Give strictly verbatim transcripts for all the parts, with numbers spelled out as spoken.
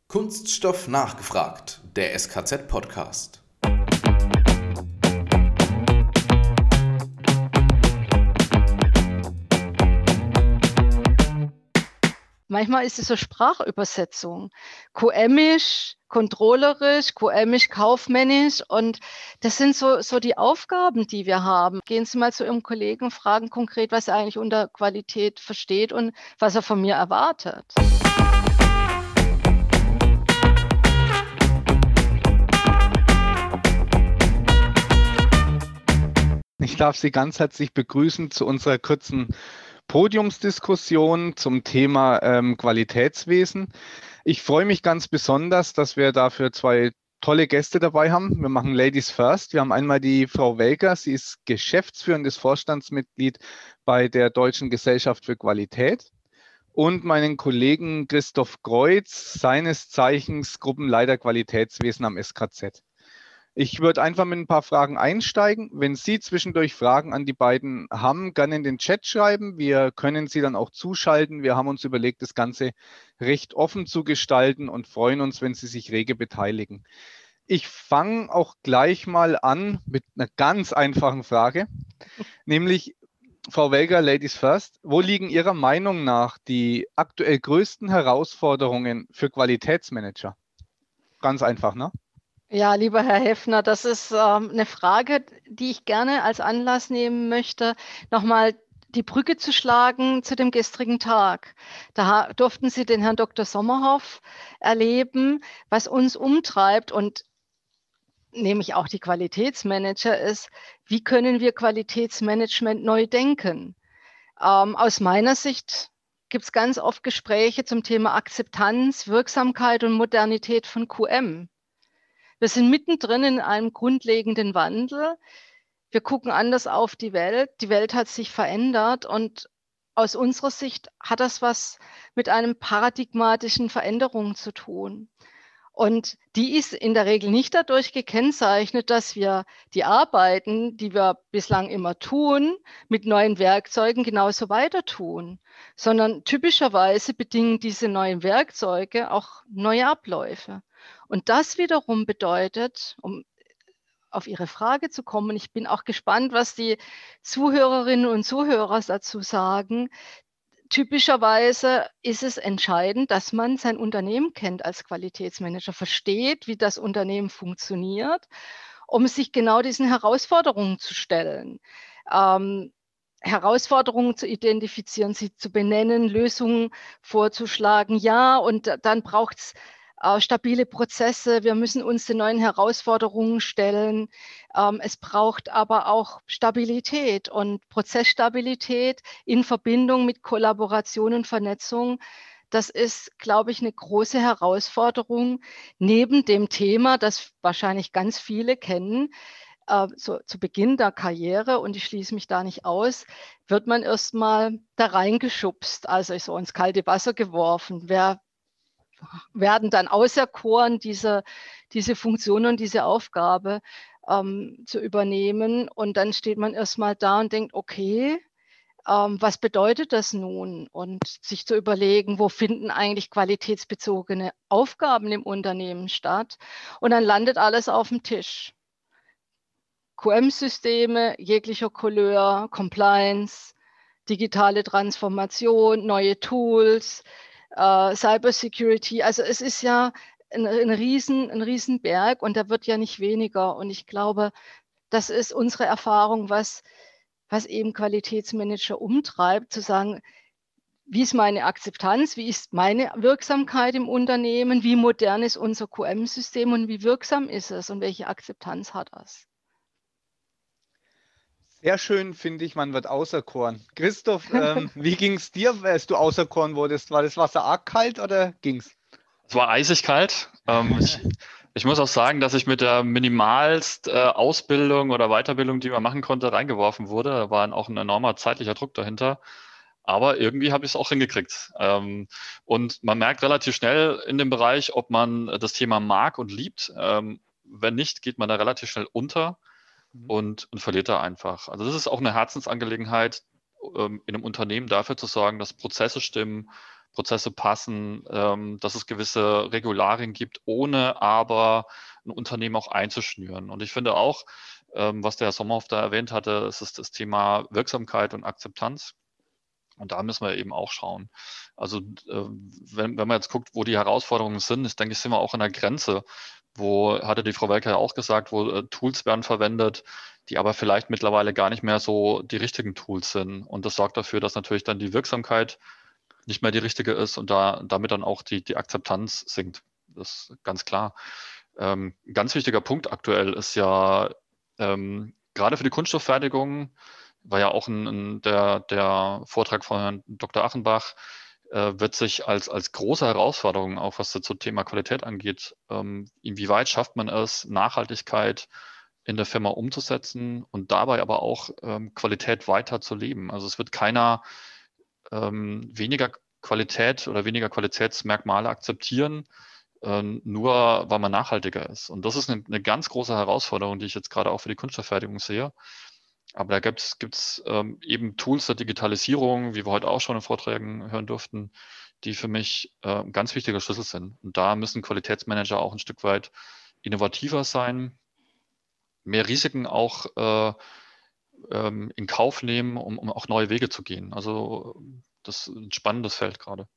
Kunststoff nachgefragt, der S K Z-Podcast. Manchmal ist es so Sprachübersetzung. Q M-isch, controllerisch, Q M-isch, kaufmännisch. Und das sind so, so die Aufgaben, die wir haben. Gehen Sie mal zu Ihrem Kollegen und fragen konkret, was er eigentlich unter Qualität versteht und was er von mir erwartet. Ich darf Sie ganz herzlich begrüßen zu unserer kurzen Podiumsdiskussion zum Thema ähm, Qualitätswesen. Ich freue mich ganz besonders, dass wir dafür zwei tolle Gäste dabei haben. Wir machen Ladies First. Wir haben einmal die Frau Welker. Sie ist geschäftsführendes Vorstandsmitglied bei der Deutschen Gesellschaft für Qualität. Und meinen Kollegen Christoph Kreuz, seines Zeichens Gruppenleiter Qualitätswesen am S K Z. Ich würde einfach mit ein paar Fragen einsteigen. Wenn Sie zwischendurch Fragen an die beiden haben, gerne in den Chat schreiben. Wir können Sie dann auch zuschalten. Wir haben uns überlegt, das Ganze recht offen zu gestalten und freuen uns, wenn Sie sich rege beteiligen. Ich fange auch gleich mal an mit einer ganz einfachen Frage, nämlich Frau Welker, Ladies First. Wo liegen Ihrer Meinung nach die aktuell größten Herausforderungen für Qualitätsmanager? Ganz einfach, ne? Ja, lieber Herr Heffner, das ist ähm, eine Frage, die ich gerne als Anlass nehmen möchte, nochmal die Brücke zu schlagen zu dem gestrigen Tag. Da durften Sie den Herrn Doktor Sommerhoff erleben, was uns umtreibt und nämlich auch die Qualitätsmanager ist, wie können wir Qualitätsmanagement neu denken? Ähm, aus meiner Sicht gibt es ganz oft Gespräche zum Thema Akzeptanz, Wirksamkeit und Modernität von Q M. Wir sind mittendrin in einem grundlegenden Wandel. Wir gucken anders auf die Welt. Die Welt hat sich verändert und aus unserer Sicht hat das was mit einem paradigmatischen Veränderung zu tun. Und die ist in der Regel nicht dadurch gekennzeichnet, dass wir die Arbeiten, die wir bislang immer tun, mit neuen Werkzeugen genauso weiter tun, sondern typischerweise bedingen diese neuen Werkzeuge auch neue Abläufe. Und das wiederum bedeutet, um auf Ihre Frage zu kommen, ich bin auch gespannt, was die Zuhörerinnen und Zuhörer dazu sagen. Typischerweise ist es entscheidend, dass man sein Unternehmen kennt als Qualitätsmanager, versteht, wie das Unternehmen funktioniert, um sich genau diesen Herausforderungen zu stellen. Ähm, Herausforderungen zu identifizieren, sie zu benennen, Lösungen vorzuschlagen. Ja, und dann braucht es äh, stabile Prozesse. Wir müssen uns den neuen Herausforderungen stellen. Ähm, es braucht aber auch Stabilität und Prozessstabilität in Verbindung mit Kollaboration und Vernetzung. Das ist, glaube ich, eine große Herausforderung neben dem Thema, das wahrscheinlich ganz viele kennen. Äh, so, zu Beginn der Karriere, und ich schließe mich da nicht aus, wird man erstmal da reingeschubst, also so ins kalte Wasser geworfen. Wer werden dann auserkoren, diese, diese Funktion und diese Aufgabe ähm, zu übernehmen. Und dann steht man erstmal da und denkt, okay, ähm, was bedeutet das nun? Und sich zu überlegen, wo finden eigentlich qualitätsbezogene Aufgaben im Unternehmen statt? Und dann landet alles auf dem Tisch. Q M-Systeme jeglicher Couleur, Compliance, digitale Transformation, neue Tools, Uh, Cybersecurity, also es ist ja ein, ein, Riesen, ein Riesenberg und da wird ja nicht weniger. Und ich glaube, das ist unsere Erfahrung, was, was eben Qualitätsmanager umtreibt, zu sagen, wie ist meine Akzeptanz, wie ist meine Wirksamkeit im Unternehmen, wie modern ist unser Q M-System und wie wirksam ist es und welche Akzeptanz hat es? Sehr schön, finde ich, man wird auserkoren. Christoph, ähm, wie ging es dir, als du auserkoren wurdest? War das Wasser arg kalt oder ging's? Es war eisig kalt. Ähm, ich, ich muss auch sagen, dass ich mit der minimalst äh, Ausbildung oder Weiterbildung, die man machen konnte, reingeworfen wurde. Da war auch ein enormer zeitlicher Druck dahinter. Aber irgendwie habe ich es auch hingekriegt. Ähm, und man merkt relativ schnell in dem Bereich, ob man das Thema mag und liebt. Ähm, wenn nicht, geht man da relativ schnell unter. Und, und verliert da einfach. Also das ist auch eine Herzensangelegenheit, ähm, in einem Unternehmen dafür zu sorgen, dass Prozesse stimmen, Prozesse passen, ähm, dass es gewisse Regularien gibt, ohne aber ein Unternehmen auch einzuschnüren. Und ich finde auch, ähm, was der Herr Sommerhoff da erwähnt hatte, es ist das Thema Wirksamkeit und Akzeptanz. Und da müssen wir eben auch schauen. Also äh, wenn, wenn man jetzt guckt, wo die Herausforderungen sind, ich denke, sind wir auch an der Grenze, wo, hatte die Frau Welker ja auch gesagt, wo äh, Tools werden verwendet, die aber vielleicht mittlerweile gar nicht mehr so die richtigen Tools sind. Und das sorgt dafür, dass natürlich dann die Wirksamkeit nicht mehr die richtige ist und da damit dann auch die, die Akzeptanz sinkt. Das ist ganz klar. Ähm, ein ganz wichtiger Punkt aktuell ist ja ähm, gerade für die Kunststofffertigung, war ja auch ein, ein, der, der Vortrag von Herrn Doktor Achenbach, äh, wird sich als, als große Herausforderung, auch was das so Thema Qualität angeht, ähm, inwieweit schafft man es, Nachhaltigkeit in der Firma umzusetzen und dabei aber auch ähm, Qualität weiter zu leben. Also es wird keiner ähm, weniger Qualität oder weniger Qualitätsmerkmale akzeptieren, ähm, nur weil man nachhaltiger ist. Und das ist eine, eine ganz große Herausforderung, die ich jetzt gerade auch für die Kunststofffertigung sehe. Aber da gibt es ähm, eben Tools der Digitalisierung, wie wir heute auch schon in Vorträgen hören durften, die für mich äh, ein ganz wichtiger Schlüssel sind. Und da müssen Qualitätsmanager auch ein Stück weit innovativer sein, mehr Risiken auch äh, ähm, in Kauf nehmen, um, um auch neue Wege zu gehen. Also das ist ein spannendes Feld gerade.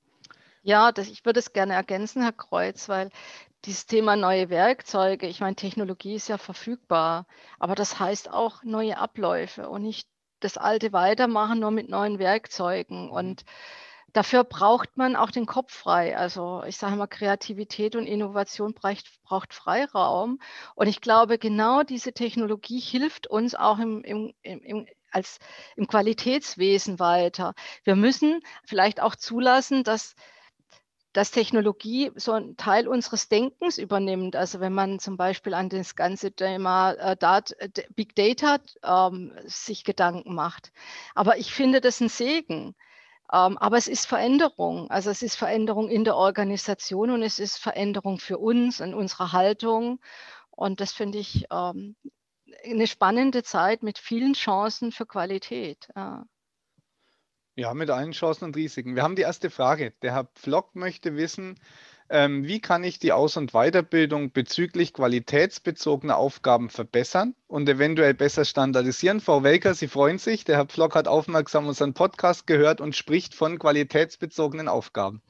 Ja, das, ich würde es gerne ergänzen, Herr Kreuz, weil dieses Thema neue Werkzeuge, ich meine, Technologie ist ja verfügbar, aber das heißt auch neue Abläufe und nicht das Alte weitermachen, nur mit neuen Werkzeugen. Und dafür braucht man auch den Kopf frei. Also ich sage mal, Kreativität und Innovation braucht, braucht Freiraum. Und ich glaube, genau diese Technologie hilft uns auch im, im, im, als, im Qualitätswesen weiter. Wir müssen vielleicht auch zulassen, dass dass Technologie so einen Teil unseres Denkens übernimmt. Also wenn man zum Beispiel an das ganze Thema äh, Dat, Big Data ähm, sich Gedanken macht. Aber ich finde das ein Segen. Ähm, aber es ist Veränderung. Also es ist Veränderung in der Organisation und es ist Veränderung für uns in unserer Haltung. Und das finde ich ähm, eine spannende Zeit mit vielen Chancen für Qualität. Ja. Ja, mit allen Chancen und Risiken. Wir haben die erste Frage. Der Herr Pflock möchte wissen, ähm, wie kann ich die Aus- und Weiterbildung bezüglich qualitätsbezogener Aufgaben verbessern und eventuell besser standardisieren? Frau Welker, Sie freuen sich. Der Herr Pflock hat aufmerksam unseren Podcast gehört und spricht von qualitätsbezogenen Aufgaben.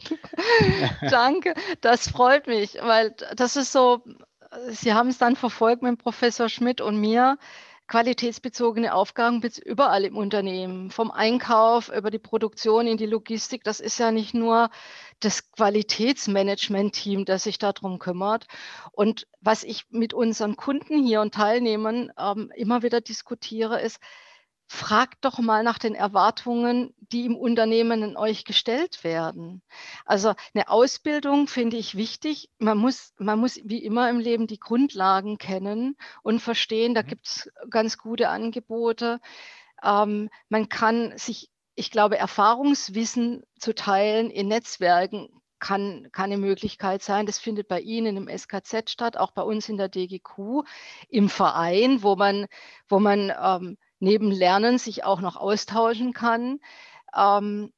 Danke, das freut mich, weil das ist so, Sie haben es dann verfolgt mit Professor Schmidt und mir. Qualitätsbezogene Aufgaben überall im Unternehmen, vom Einkauf über die Produktion in die Logistik. Das ist ja nicht nur das Qualitätsmanagement-Team, das sich darum kümmert. Und was ich mit unseren Kunden hier und Teilnehmern ähm, immer wieder diskutiere, ist, fragt doch mal nach den Erwartungen, die im Unternehmen an euch gestellt werden. Also eine Ausbildung finde ich wichtig. Man muss, man muss wie immer im Leben die Grundlagen kennen und verstehen. Da gibt es ganz gute Angebote. Ähm, man kann sich, ich glaube, Erfahrungswissen zu teilen in Netzwerken kann, kann eine Möglichkeit sein. Das findet bei Ihnen im S K Z statt, auch bei uns in der D G Q, im Verein, wo man, wo man ähm, neben Lernen sich auch noch austauschen kann. Ähm,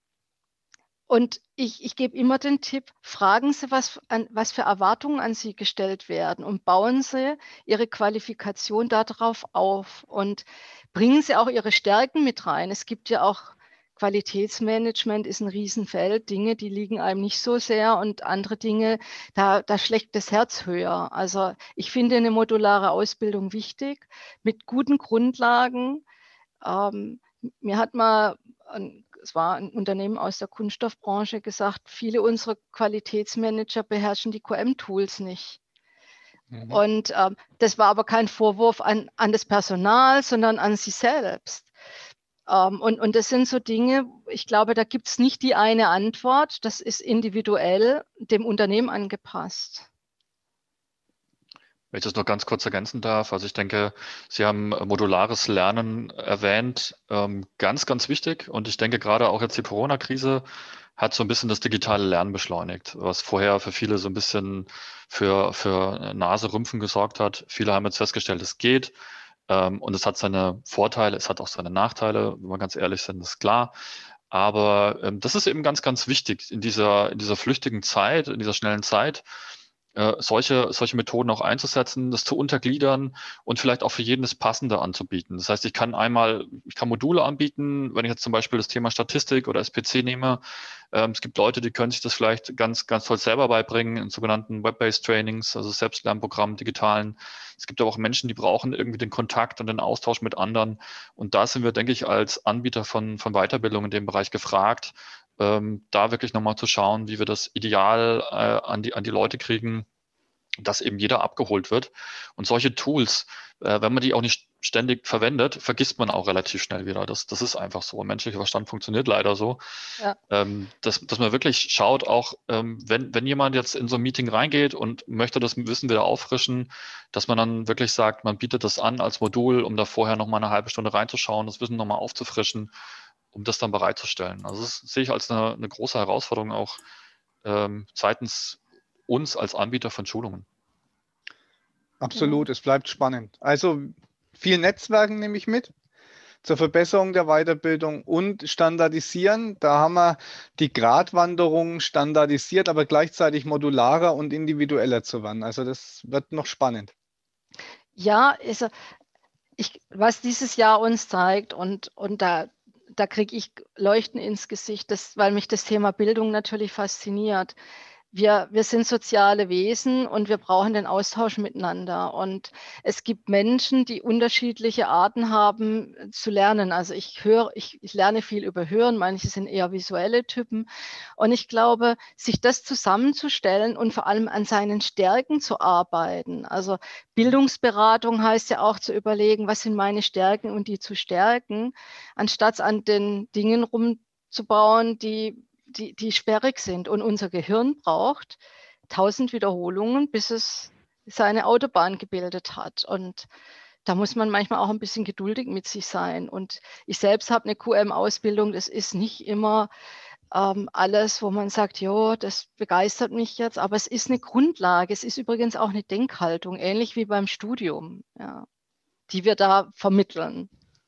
und ich, ich gebe immer den Tipp, fragen Sie, was, an, was für Erwartungen an Sie gestellt werden und bauen Sie Ihre Qualifikation darauf auf und bringen Sie auch Ihre Stärken mit rein. Es gibt ja auch Qualitätsmanagement ist ein Riesenfeld, Dinge, die liegen einem nicht so sehr und andere Dinge, da, da schlägt das Herz höher. Also ich finde eine modulare Ausbildung wichtig, mit guten Grundlagen. Ähm, mir hat mal, ein, es war ein Unternehmen aus der Kunststoffbranche gesagt, viele unserer Qualitätsmanager beherrschen die Q M-Tools nicht. Mhm. Und ähm, das war aber kein Vorwurf an, an das Personal, sondern an sie selbst. Um, und, und das sind so Dinge, ich glaube, da gibt es nicht die eine Antwort. Das ist individuell dem Unternehmen angepasst. Wenn ich das noch ganz kurz ergänzen darf, also ich denke, Sie haben modulares Lernen erwähnt, ähm, ganz, ganz wichtig. Und ich denke, gerade auch jetzt die Corona-Krise hat so ein bisschen das digitale Lernen beschleunigt, was vorher für viele so ein bisschen für, für Naserümpfen gesorgt hat. Viele haben jetzt festgestellt, es geht. Und es hat seine Vorteile, es hat auch seine Nachteile, wenn wir ganz ehrlich sind, ist klar. Aber ähm, das ist eben ganz, ganz wichtig in dieser, in dieser flüchtigen Zeit, in dieser schnellen Zeit, äh, solche, solche Methoden auch einzusetzen, das zu untergliedern und vielleicht auch für jeden das Passende anzubieten. Das heißt, ich kann einmal, ich kann Module anbieten, wenn ich jetzt zum Beispiel das Thema Statistik oder S P C nehme. Ähm, es gibt Leute, die können sich das vielleicht ganz, ganz toll selber beibringen in sogenannten Web-based Trainings, also Selbstlernprogrammen, digitalen. Es gibt aber auch Menschen, die brauchen irgendwie den Kontakt und den Austausch mit anderen. Und da sind wir, denke ich, als Anbieter von, von Weiterbildung in dem Bereich gefragt, ähm, da wirklich nochmal zu schauen, wie wir das ideal äh, an die, an die Leute kriegen, dass eben jeder abgeholt wird. Und solche Tools, äh, wenn man die auch nicht ständig verwendet, vergisst man auch relativ schnell wieder. Das, das ist einfach so. Menschlicher Verstand funktioniert leider so. Ja. Ähm, dass, dass man wirklich schaut, auch ähm, wenn, wenn jemand jetzt in so ein Meeting reingeht und möchte das Wissen wieder auffrischen, dass man dann wirklich sagt, man bietet das an als Modul, um da vorher nochmal eine halbe Stunde reinzuschauen, das Wissen nochmal aufzufrischen, um das dann bereitzustellen. Also das sehe ich als eine, eine große Herausforderung auch ähm, seitens uns als Anbieter von Schulungen. Absolut, es bleibt spannend. Also viel Netzwerken nehme ich mit zur Verbesserung der Weiterbildung und standardisieren. Da haben wir die Gratwanderung standardisiert, aber gleichzeitig modularer und individueller zu werden. Also das wird noch spannend. Ja, also ich, was dieses Jahr uns zeigt, und, und da, da kriege ich Leuchten ins Gesicht, das, weil mich das Thema Bildung natürlich fasziniert. Wir, wir sind soziale Wesen und wir brauchen den Austausch miteinander. Und es gibt Menschen, die unterschiedliche Arten haben zu lernen. Also ich höre, ich, ich lerne viel über Hören, manche sind eher visuelle Typen. Und ich glaube, sich das zusammenzustellen und vor allem an seinen Stärken zu arbeiten. Also Bildungsberatung heißt ja auch zu überlegen, was sind meine Stärken und die zu stärken, anstatt an den Dingen rumzubauen, die Die, die sperrig sind. Und unser Gehirn braucht tausend Wiederholungen, bis es seine Autobahn gebildet hat. Und da muss man manchmal auch ein bisschen geduldig mit sich sein. Und ich selbst habe eine Q M-Ausbildung. Das ist nicht immer ähm, alles, wo man sagt, jo, das begeistert mich jetzt. Aber es ist eine Grundlage. Es ist übrigens auch eine Denkhaltung, ähnlich wie beim Studium, ja, die wir da vermitteln.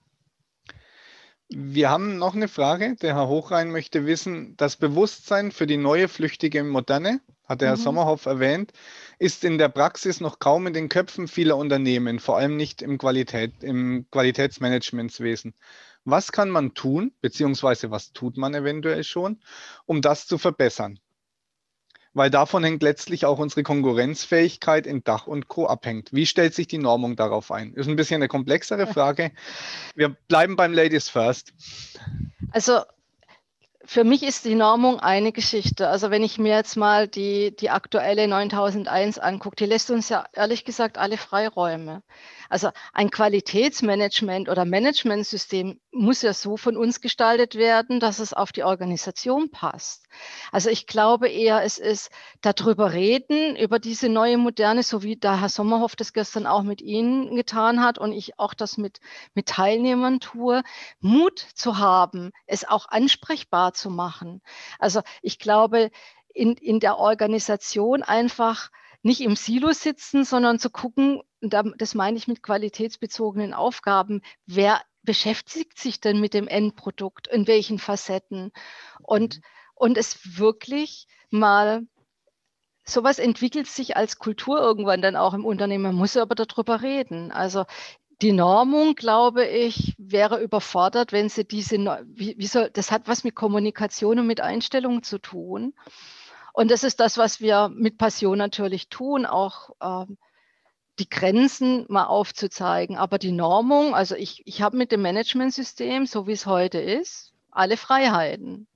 Wir haben noch eine Frage. Der Herr Hochrein möchte wissen, das Bewusstsein für die neue flüchtige Moderne, hat der Herr Mhm. Sommerhoff erwähnt, ist in der Praxis noch kaum in den Köpfen vieler Unternehmen, vor allem nicht im, Qualität, im Qualitätsmanagementswesen. Was kann man tun, beziehungsweise was tut man eventuell schon, um das zu verbessern? Weil davon hängt letztlich auch unsere Konkurrenzfähigkeit in Dach und Co. abhängt. Wie stellt sich die Normung darauf ein? Ist ein bisschen eine komplexere Frage. Wir bleiben beim Ladies First. Also für mich ist die Normung eine Geschichte. Also wenn ich mir jetzt mal die, die aktuelle neuntausendeins angucke, die lässt uns ja ehrlich gesagt alle Freiräume. Also ein Qualitätsmanagement oder Managementsystem muss ja so von uns gestaltet werden, dass es auf die Organisation passt. Also ich glaube eher, es ist darüber reden, über diese neue Moderne, so wie der Herr Sommerhoff das gestern auch mit Ihnen getan hat und ich auch das mit, mit Teilnehmern tue, Mut zu haben, es auch ansprechbar zu machen. Also ich glaube, in, in der Organisation einfach nicht im Silo sitzen, sondern zu gucken, das meine ich mit qualitätsbezogenen Aufgaben, wer beschäftigt sich denn mit dem Endprodukt, in welchen Facetten und, und es wirklich mal, sowas entwickelt sich als Kultur irgendwann dann auch im Unternehmen, man muss aber darüber reden. Also die Normung, glaube ich, wäre überfordert, wenn sie diese, wie, wie soll, das hat was mit Kommunikation und mit Einstellung zu tun. Und das ist das, was wir mit Passion natürlich tun, auch ähm, die Grenzen mal aufzuzeigen. Aber die Normung, also ich, ich habe mit dem Managementsystem, so wie es heute ist, alle Freiheiten.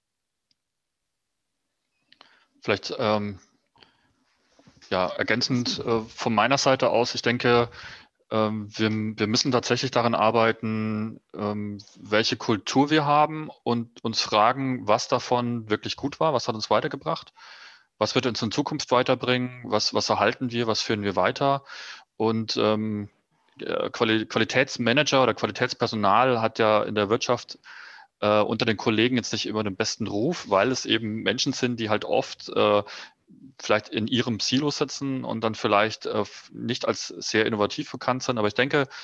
Vielleicht ähm, ja, ergänzend äh, von meiner Seite aus, ich denke, ähm, wir, wir müssen tatsächlich daran arbeiten, ähm, welche Kultur wir haben und uns fragen, was davon wirklich gut war, was hat uns weitergebracht, was wird uns in Zukunft weiterbringen, was, was erhalten wir, was führen wir weiter. Und ähm, Quali- Qualitätsmanager oder Qualitätspersonal hat ja in der Wirtschaft äh, unter den Kollegen jetzt nicht immer den besten Ruf, weil es eben Menschen sind, die halt oft äh, vielleicht in ihrem Silo sitzen und dann vielleicht äh, nicht als sehr innovativ bekannt sind. Aber ich denke,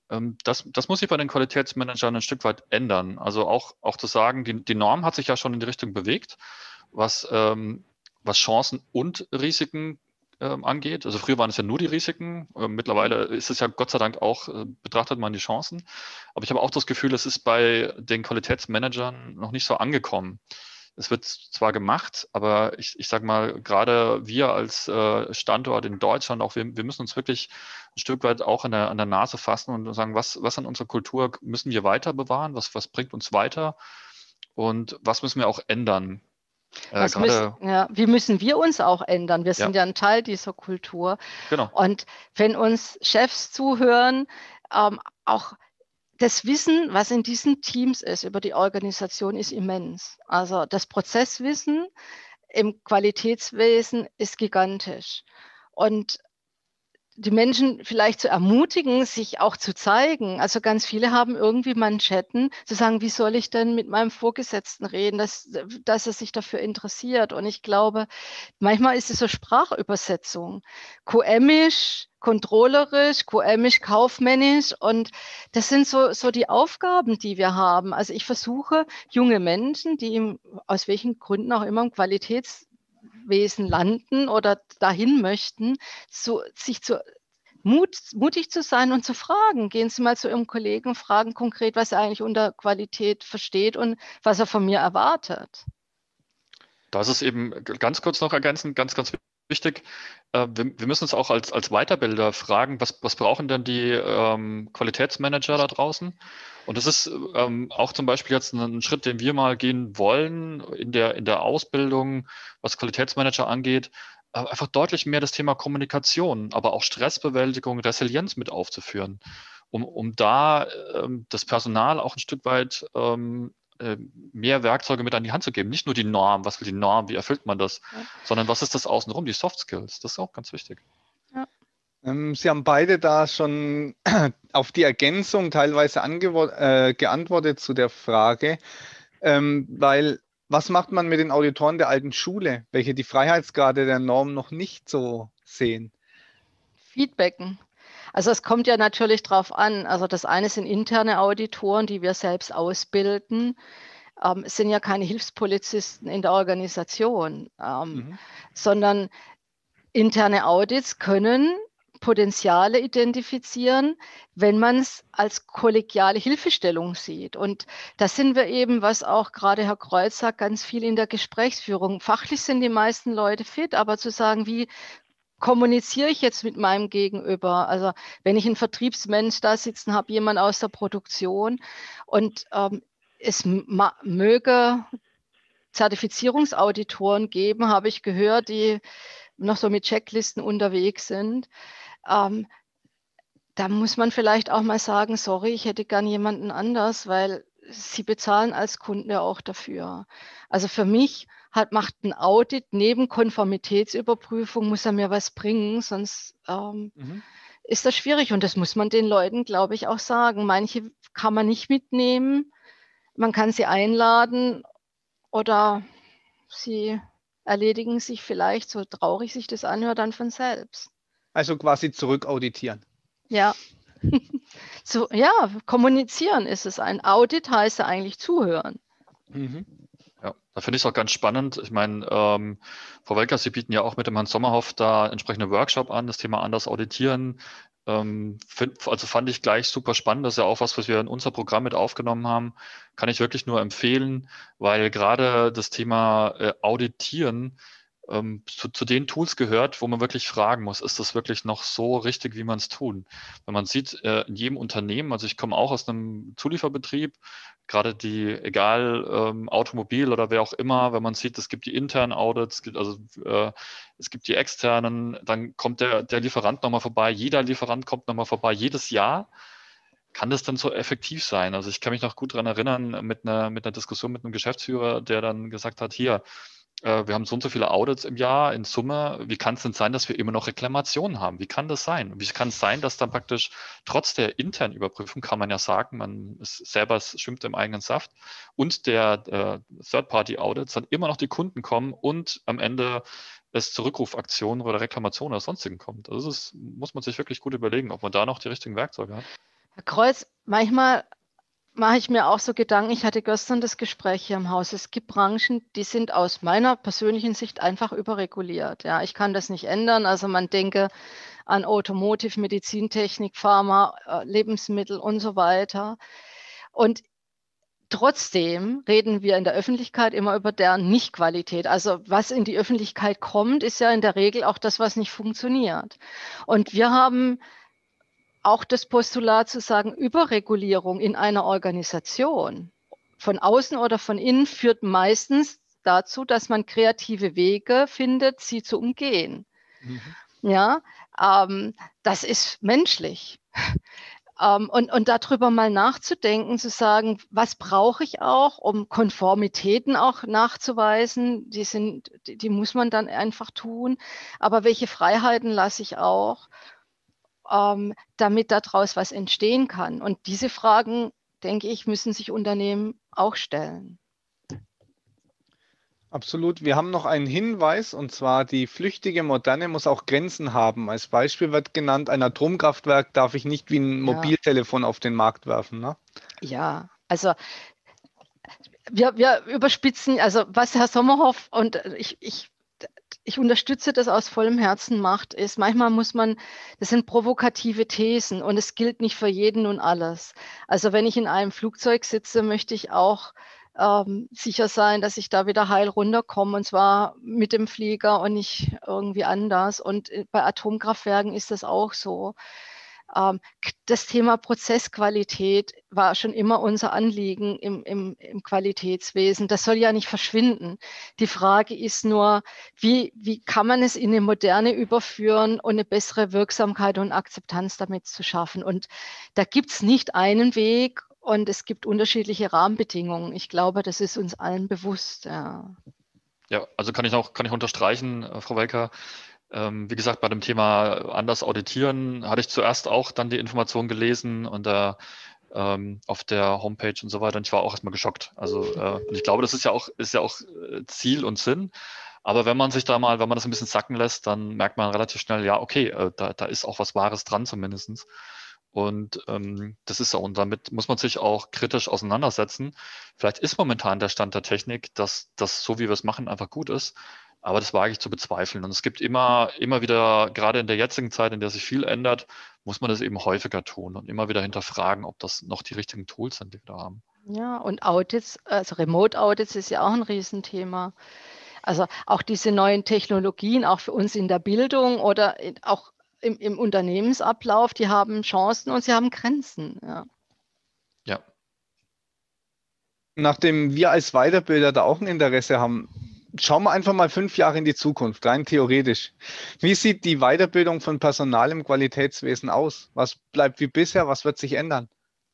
ähm, das, das muss sich bei den Qualitätsmanagern ein Stück weit ändern. Also auch, auch zu sagen, die, die Norm hat sich ja schon in die Richtung bewegt, was, ähm, was Chancen und Risiken ähm, angeht. Also früher waren es ja nur die Risiken. Äh, mittlerweile ist es ja Gott sei Dank auch, äh, betrachtet man die Chancen. Aber ich habe auch das Gefühl, es ist bei den Qualitätsmanagern noch nicht so angekommen. Es wird zwar gemacht, aber ich, ich sage mal, gerade wir als äh, Standort in Deutschland, auch wir, wir müssen uns wirklich ein Stück weit auch an der, an der Nase fassen und sagen, was, was an unserer Kultur müssen wir weiter bewahren, was, was bringt uns weiter und was müssen wir auch ändern. Äh, Was müssen, gerade, ja, wie müssen wir uns auch ändern? Wir ja, sind ja ein Teil dieser Kultur. genau. Und wenn uns Chefs zuhören, ähm, auch das Wissen, was in diesen Teams ist über die Organisation, ist immens. Also das Prozesswissen im Qualitätswesen ist gigantisch. Und die Menschen vielleicht zu ermutigen, sich auch zu zeigen. Also ganz viele haben irgendwie Manschetten, zu sagen, wie soll ich denn mit meinem Vorgesetzten reden, dass, dass er sich dafür interessiert. Und ich glaube, manchmal ist es so Sprachübersetzung. Q M-isch, controllerisch, Q M-isch, kaufmännisch. Und das sind so, so die Aufgaben, die wir haben. Also ich versuche, junge Menschen, die im, aus welchen Gründen auch immer im Qualitäts Wesen landen oder dahin möchten, so, sich zu, Mut, mutig zu sein und zu fragen. Gehen Sie mal zu Ihrem Kollegen und fragen konkret, was er eigentlich unter Qualität versteht und was er von mir erwartet. Das ist eben ganz kurz noch ergänzend, ganz, ganz wichtig. Äh, wir, wir müssen uns auch als, als Weiterbilder fragen, was, was brauchen denn die ähm, Qualitätsmanager da draußen? Und das ist ähm, auch zum Beispiel jetzt ein, ein Schritt, den wir mal gehen wollen in der, in der Ausbildung, was Qualitätsmanager angeht, äh, einfach deutlich mehr das Thema Kommunikation, aber auch Stressbewältigung, Resilienz mit aufzuführen, um, um da ähm, das Personal auch ein Stück weit ähm, mehr Werkzeuge mit an die Hand zu geben. Nicht nur die Norm, was will die Norm, wie erfüllt man das, ja, sondern was ist das außenrum, die Soft Skills. Das ist auch ganz wichtig. Ja. Ähm, Sie haben beide da schon auf die Ergänzung teilweise äh, geantwortet zu der Frage, ähm, weil was macht man mit den Auditoren der alten Schule, welche die Freiheitsgrade der Norm noch nicht so sehen? Feedbacken. Also es kommt ja natürlich drauf an. Also das eine sind interne Auditoren, die wir selbst ausbilden. Ähm, es sind ja keine Hilfspolizisten in der Organisation, ähm, mhm. sondern interne Audits können Potenziale identifizieren, wenn man es als kollegiale Hilfestellung sieht. Und da sind wir eben, was auch gerade Herr Kreuz sagt, ganz viel in der Gesprächsführung. Fachlich sind die meisten Leute fit, aber zu sagen, wie kommuniziere ich jetzt mit meinem Gegenüber? Also wenn ich einen Vertriebsmensch da sitzen habe, jemand aus der Produktion und ähm, es möge Zertifizierungsauditoren geben, habe ich gehört, die noch so mit Checklisten unterwegs sind. Ähm, da muss man vielleicht auch mal sagen, sorry, ich hätte gern jemanden anders, weil sie bezahlen als Kunde auch dafür. Also für mich hat, macht ein Audit neben Konformitätsüberprüfung, muss er mir was bringen, sonst ähm, mhm. ist das schwierig. Und das muss man den Leuten, glaube ich, auch sagen. Manche kann man nicht mitnehmen, man kann sie einladen oder sie erledigen sich vielleicht, so traurig sich das anhört, dann von selbst. Also quasi zurückauditieren. Ja. So, ja, kommunizieren ist es. Ein Audit heißt ja eigentlich zuhören. Mhm. Ja, da finde ich es auch ganz spannend. Ich meine, ähm, Frau Welker, Sie bieten ja auch mit dem Herrn Sommerhoff da entsprechende Workshop an, das Thema anders auditieren. Ähm, find, also fand ich gleich super spannend. Das ist ja auch was, was wir in unser Programm mit aufgenommen haben. Kann ich wirklich nur empfehlen, weil gerade das Thema äh, Auditieren ähm, zu, zu den Tools gehört, wo man wirklich fragen muss, ist das wirklich noch so richtig, wie man es tun? Wenn man sieht, äh, in jedem Unternehmen, also ich komme auch aus einem Zulieferbetrieb, gerade die, egal ähm, Automobil oder wer auch immer, wenn man sieht, es gibt die internen Audits, es gibt, also äh, es gibt die externen, dann kommt der, der Lieferant nochmal vorbei, jeder Lieferant kommt nochmal vorbei, jedes Jahr. Kann das dann so effektiv sein? Also ich kann mich noch gut daran erinnern, mit einer, mit einer Diskussion mit einem Geschäftsführer, der dann gesagt hat, hier, wir haben so und so viele Audits im Jahr in Summe. Wie kann es denn sein, dass wir immer noch Reklamationen haben? Wie kann das sein? Wie kann es sein, dass dann praktisch trotz der internen Überprüfung, kann man ja sagen, man ist selber schwimmt im eigenen Saft, und der äh, Third-Party-Audits dann immer noch die Kunden kommen und am Ende es zu Rückrufaktionen oder Reklamationen oder sonstigen kommt. Also das ist, muss man sich wirklich gut überlegen, ob man da noch die richtigen Werkzeuge hat. Herr Kreuz, manchmal mache ich mir auch so Gedanken. Ich hatte gestern das Gespräch hier im Haus. Es gibt Branchen, die sind aus meiner persönlichen Sicht einfach überreguliert. Ja, ich kann das nicht ändern. Also man denke an Automotive, Medizintechnik, Pharma, äh, Lebensmittel und so weiter. Und trotzdem reden wir in der Öffentlichkeit immer über deren Nichtqualität. Also was in die Öffentlichkeit kommt, ist ja in der Regel auch das, was nicht funktioniert. Und wir haben auch das Postulat zu sagen, Überregulierung in einer Organisation von außen oder von innen führt meistens dazu, dass man kreative Wege findet, sie zu umgehen. Mhm. Ja, ähm, das ist menschlich. ähm, und, und darüber mal nachzudenken, zu sagen, was brauche ich auch, um Konformitäten auch nachzuweisen, die sind, die, die muss man dann einfach tun. Aber welche Freiheiten lasse ich auch? Ähm, damit daraus was entstehen kann. Und diese Fragen, denke ich, müssen sich Unternehmen auch stellen. Absolut. Wir haben noch einen Hinweis, und zwar die flüchtige Moderne muss auch Grenzen haben. Als Beispiel wird genannt, ein Atomkraftwerk darf ich nicht wie ein Mobiltelefon ja. auf den Markt werfen. Ne? Ja, also wir, wir überspitzen, also was Herr Sommerhoff und ich, ich ich unterstütze das aus vollem Herzen macht, ist, manchmal muss man, das sind provokative Thesen und es gilt nicht für jeden und alles. Also wenn ich in einem Flugzeug sitze, möchte ich auch ähm, sicher sein, dass ich da wieder heil runterkomme und zwar mit dem Flieger und nicht irgendwie anders. Und bei Atomkraftwerken ist das auch so. Das Thema Prozessqualität war schon immer unser Anliegen im, im, im Qualitätswesen. Das soll ja nicht verschwinden. Die Frage ist nur, wie, wie kann man es in eine Moderne überführen und eine bessere Wirksamkeit und Akzeptanz damit zu schaffen? Und da gibt es nicht einen Weg und es gibt unterschiedliche Rahmenbedingungen. Ich glaube, das ist uns allen bewusst. Ja, ja also kann ich auch kann ich unterstreichen, Frau Welker. Wie gesagt, bei dem Thema anders auditieren hatte ich zuerst auch dann die Information gelesen und da ähm, auf der Homepage und so weiter. Und ich war auch erstmal geschockt. Also äh, und ich glaube, das ist ja auch ist ja auch Ziel und Sinn. Aber wenn man sich da mal, wenn man das ein bisschen sacken lässt, dann merkt man relativ schnell, ja, okay, äh, da, da ist auch was Wahres dran zumindest. Und ähm, das ist so. Und damit muss man sich auch kritisch auseinandersetzen. Vielleicht ist momentan der Stand der Technik, dass das so, wie wir es machen, einfach gut ist. Aber das wage ich zu bezweifeln. Und es gibt immer, immer wieder, gerade in der jetzigen Zeit, in der sich viel ändert, muss man das eben häufiger tun und immer wieder hinterfragen, ob das noch die richtigen Tools sind, die wir da haben. Ja, und Audits, also Remote-Audits ist ja auch ein Riesenthema. Also auch diese neuen Technologien, auch für uns in der Bildung oder in, auch im, im Unternehmensablauf, die haben Chancen und sie haben Grenzen. Ja. Ja. Nachdem wir als Weiterbilder da auch ein Interesse haben, schauen wir einfach mal fünf Jahre in die Zukunft, rein theoretisch. Wie sieht die Weiterbildung von Personal im Qualitätswesen aus? Was bleibt wie bisher? Was wird sich ändern?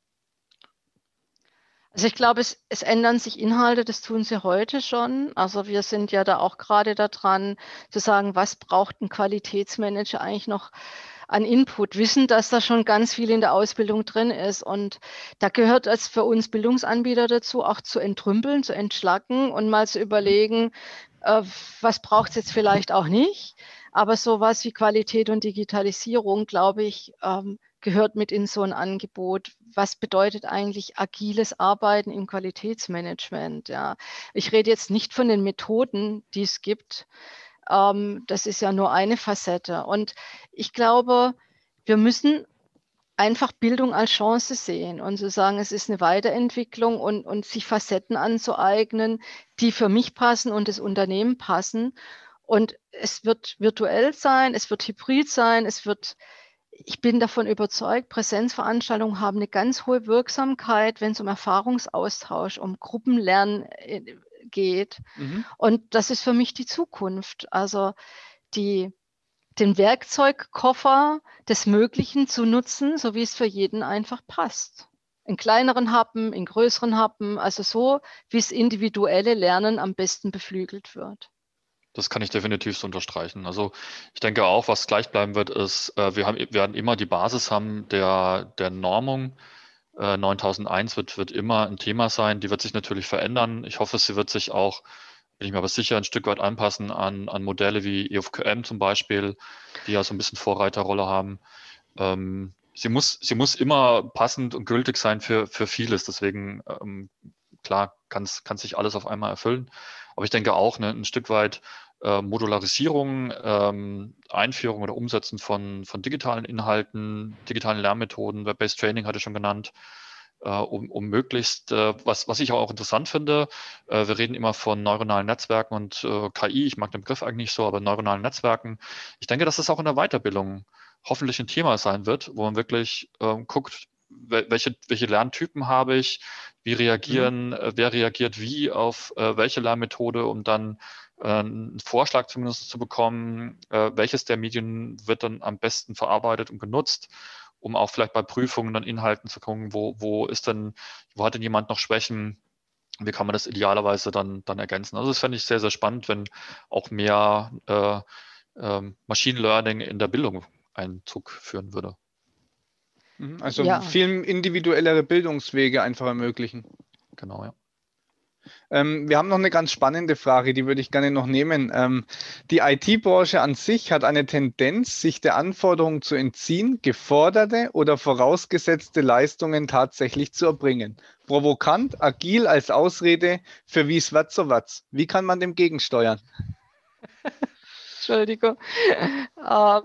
Also ich glaube, es, es ändern sich Inhalte, das tun sie heute schon. Also wir sind ja da auch gerade daran zu sagen, was braucht ein Qualitätsmanager eigentlich noch an Input, wissen, dass da schon ganz viel in der Ausbildung drin ist. Und da gehört es für uns Bildungsanbieter dazu, auch zu entrümpeln, zu entschlacken und mal zu überlegen, äh, was braucht es jetzt vielleicht auch nicht. Aber sowas wie Qualität und Digitalisierung, glaube ich, ähm, gehört mit in so ein Angebot. Was bedeutet eigentlich agiles Arbeiten im Qualitätsmanagement? Ja, ich rede jetzt nicht von den Methoden, die es gibt. Ähm, das ist ja nur eine Facette. Und ich glaube, wir müssen einfach Bildung als Chance sehen und zu sagen, es ist eine Weiterentwicklung und, und sich Facetten anzueignen, die für mich passen und das Unternehmen passen. Und es wird virtuell sein, es wird hybrid sein, es wird, ich bin davon überzeugt, Präsenzveranstaltungen haben eine ganz hohe Wirksamkeit, wenn es um Erfahrungsaustausch, um Gruppenlernen geht. Mhm. Und das ist für mich die Zukunft. Also die, den Werkzeugkoffer des Möglichen zu nutzen, so wie es für jeden einfach passt. In kleineren Happen, in größeren Happen, also so, wie es individuelle Lernen am besten beflügelt wird. Das kann ich definitiv so unterstreichen. Also ich denke auch, was gleich bleiben wird, ist, äh, wir haben, wir werden immer die Basis haben der, der Normung. Äh, neuntausendeins wird, wird immer ein Thema sein. Die wird sich natürlich verändern. Ich hoffe, sie wird sich auch, bin ich mir aber sicher, ein Stück weit anpassen an, an Modelle wie E F Q M zum Beispiel, die ja so ein bisschen Vorreiterrolle haben. Ähm, sie muss, sie muss immer passend und gültig sein für, für vieles. Deswegen, ähm, klar, kann es sich alles auf einmal erfüllen. Aber ich denke auch, ne, ein Stück weit äh, Modularisierung, ähm, Einführung oder Umsetzen von, von digitalen Inhalten, digitalen Lernmethoden, Web-Based Training hatte ich schon genannt, äh, um, um möglichst, äh, was, was ich auch interessant finde, äh, wir reden immer von neuronalen Netzwerken und äh, K I, ich mag den Begriff eigentlich nicht so, aber neuronalen Netzwerken. Ich denke, dass das auch in der Weiterbildung hoffentlich ein Thema sein wird, wo man wirklich ähm, guckt, welche, welche Lerntypen habe ich, wie reagieren, mhm. wer reagiert wie auf äh, welche Lernmethode, um dann äh, einen Vorschlag zumindest zu bekommen, äh, welches der Medien wird dann am besten verarbeitet und genutzt, um auch vielleicht bei Prüfungen dann Inhalten zu gucken, wo, wo ist denn, wo hat denn jemand noch Schwächen, wie kann man das idealerweise dann, dann ergänzen. Also das fände ich sehr, sehr spannend, wenn auch mehr äh, äh, Machine Learning in der Bildung Einzug führen würde. Also Ja. viel individuellere Bildungswege einfach ermöglichen. Genau, ja. Ähm, wir haben noch eine ganz spannende Frage, die würde ich gerne noch nehmen. Ähm, die I T-Branche an sich hat eine Tendenz, sich der Anforderung zu entziehen, geforderte oder vorausgesetzte Leistungen tatsächlich zu erbringen. Provokant, agil als Ausrede für wie es wird, so wird's. Wie kann man dem gegensteuern? Entschuldigung. Äh,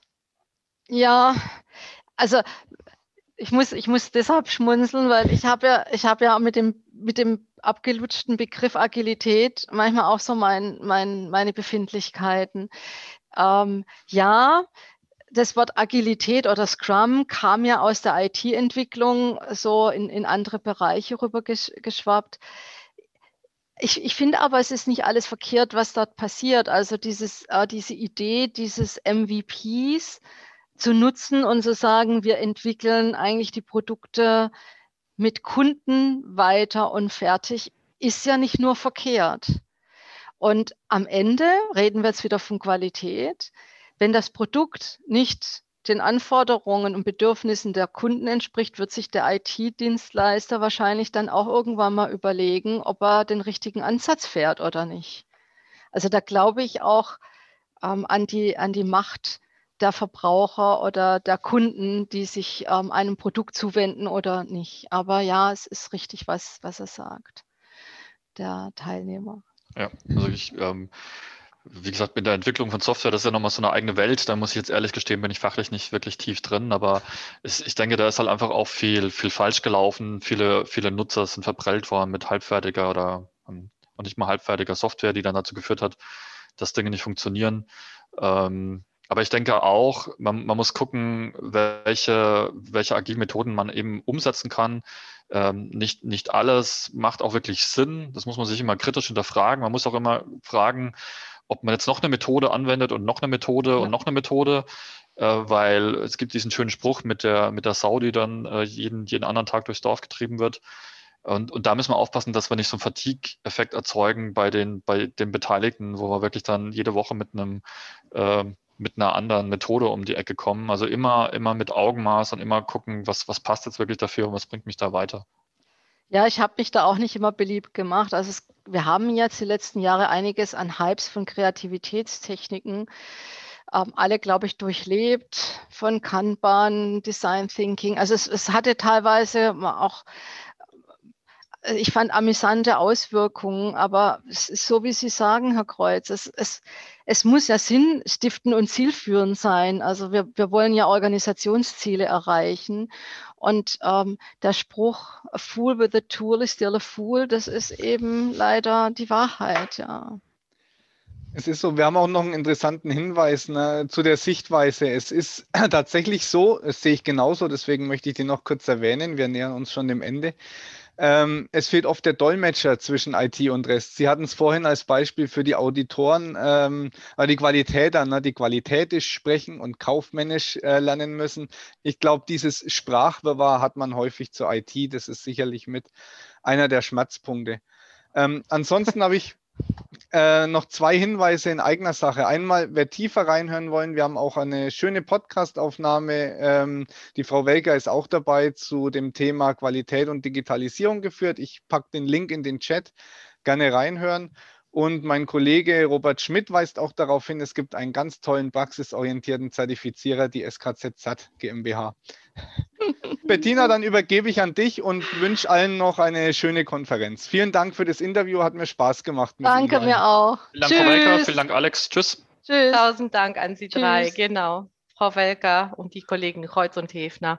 ja, also ich muss, ich muss deshalb schmunzeln, weil ich habe ja, ich habe ja mit dem, mit dem abgelutschten Begriff Agilität manchmal auch so mein, mein, meine Befindlichkeiten. Ähm, ja, das Wort Agilität oder Scrum kam ja aus der I T-Entwicklung so in, in andere Bereiche rüber geschwappt. Ich, ich finde aber, es ist nicht alles verkehrt, was dort passiert. Also dieses, äh, diese Idee dieses M V Ps zu nutzen und zu sagen, wir entwickeln eigentlich die Produkte mit Kunden weiter und fertig, ist ja nicht nur verkehrt. Und am Ende reden wir jetzt wieder von Qualität. Wenn das Produkt nicht den Anforderungen und Bedürfnissen der Kunden entspricht, wird sich der I T-Dienstleister wahrscheinlich dann auch irgendwann mal überlegen, ob er den richtigen Ansatz fährt oder nicht. Also da glaube ich auch ähm, an die, an die Macht der Verbraucher oder der Kunden, die sich ähm, einem Produkt zuwenden oder nicht. Aber ja, es ist richtig, was, was er sagt, der Teilnehmer. Ja, also ich, ähm, wie gesagt, mit der Entwicklung von Software, das ist ja nochmal so eine eigene Welt. Da muss ich jetzt ehrlich gestehen, bin ich fachlich nicht wirklich tief drin, aber es, ich denke, da ist halt einfach auch viel, viel falsch gelaufen. Viele, viele Nutzer sind verprellt worden mit halbfertiger oder ähm, und nicht mal halbfertiger Software, die dann dazu geführt hat, dass Dinge nicht funktionieren. Ähm, aber ich denke auch, man, man muss gucken, welche, welche agilen Methoden man eben umsetzen kann. Ähm, nicht, nicht alles macht auch wirklich Sinn. Das muss man sich immer kritisch hinterfragen. Man muss auch immer fragen, ob man jetzt noch eine Methode anwendet und noch eine Methode ja. und noch eine Methode, äh, weil es gibt diesen schönen Spruch mit der, mit der Sau, die dann äh, jeden, jeden anderen Tag durchs Dorf getrieben wird. Und, und da müssen wir aufpassen, dass wir nicht so einen Fatigue-Effekt erzeugen bei den, bei den Beteiligten, wo wir wirklich dann jede Woche mit einem äh, mit einer anderen Methode um die Ecke kommen. Also immer, immer mit Augenmaß und immer gucken, was, was passt jetzt wirklich dafür und was bringt mich da weiter. Ja, ich habe mich da auch nicht immer beliebt gemacht. Also es, wir haben jetzt die letzten Jahre einiges an Hypes von Kreativitätstechniken, ähm, alle, glaube ich, durchlebt, von Kanban, Design Thinking. Also es, es hatte teilweise auch, ich fand, amüsante Auswirkungen, aber es ist so, wie Sie sagen, Herr Kreuz, es, es, es muss ja sinnstiftend und zielführend sein. Also wir, wir wollen ja Organisationsziele erreichen. Und ähm, der Spruch, a fool with a tool is still a fool, das ist eben leider die Wahrheit, ja. Es ist so, wir haben auch noch einen interessanten Hinweis ne, zu der Sichtweise. Es ist tatsächlich so, das sehe ich genauso, deswegen möchte ich den noch kurz erwähnen. Wir nähern uns schon dem Ende. Ähm, es fehlt oft der Dolmetscher zwischen I T und Rest. Sie hatten es vorhin als Beispiel für die Auditoren, ähm, die Qualität an, ne? Die Qualität ist sprechen und kaufmännisch äh, lernen müssen. Ich glaube, dieses Sprachwirrwarr hat man häufig zur I T. Das ist sicherlich mit einer der Schmerzpunkte. Ähm, ansonsten habe ich Äh, noch zwei Hinweise in eigener Sache. Einmal, wer tiefer reinhören wollen, wir haben auch eine schöne Podcast-Aufnahme. Ähm, die Frau Welker ist auch dabei zu dem Thema Qualität und Digitalisierung geführt. Ich packe den Link in den Chat, gerne reinhören. Und mein Kollege Robert Schmidt weist auch darauf hin, es gibt einen ganz tollen praxisorientierten Zertifizierer, die S K Z S A T GmbH. Bettina, dann übergebe ich an dich und wünsche allen noch eine schöne Konferenz. Vielen Dank für das Interview, hat mir Spaß gemacht. Mit Danke Ihnen. mir auch. Vielen Dank, Frau Welker, vielen Dank, Alex. Tschüss. Tschüss. Tausend Dank an Sie drei, Tschüss. genau. Frau Welker und die Kollegen Kreuz und Hefner.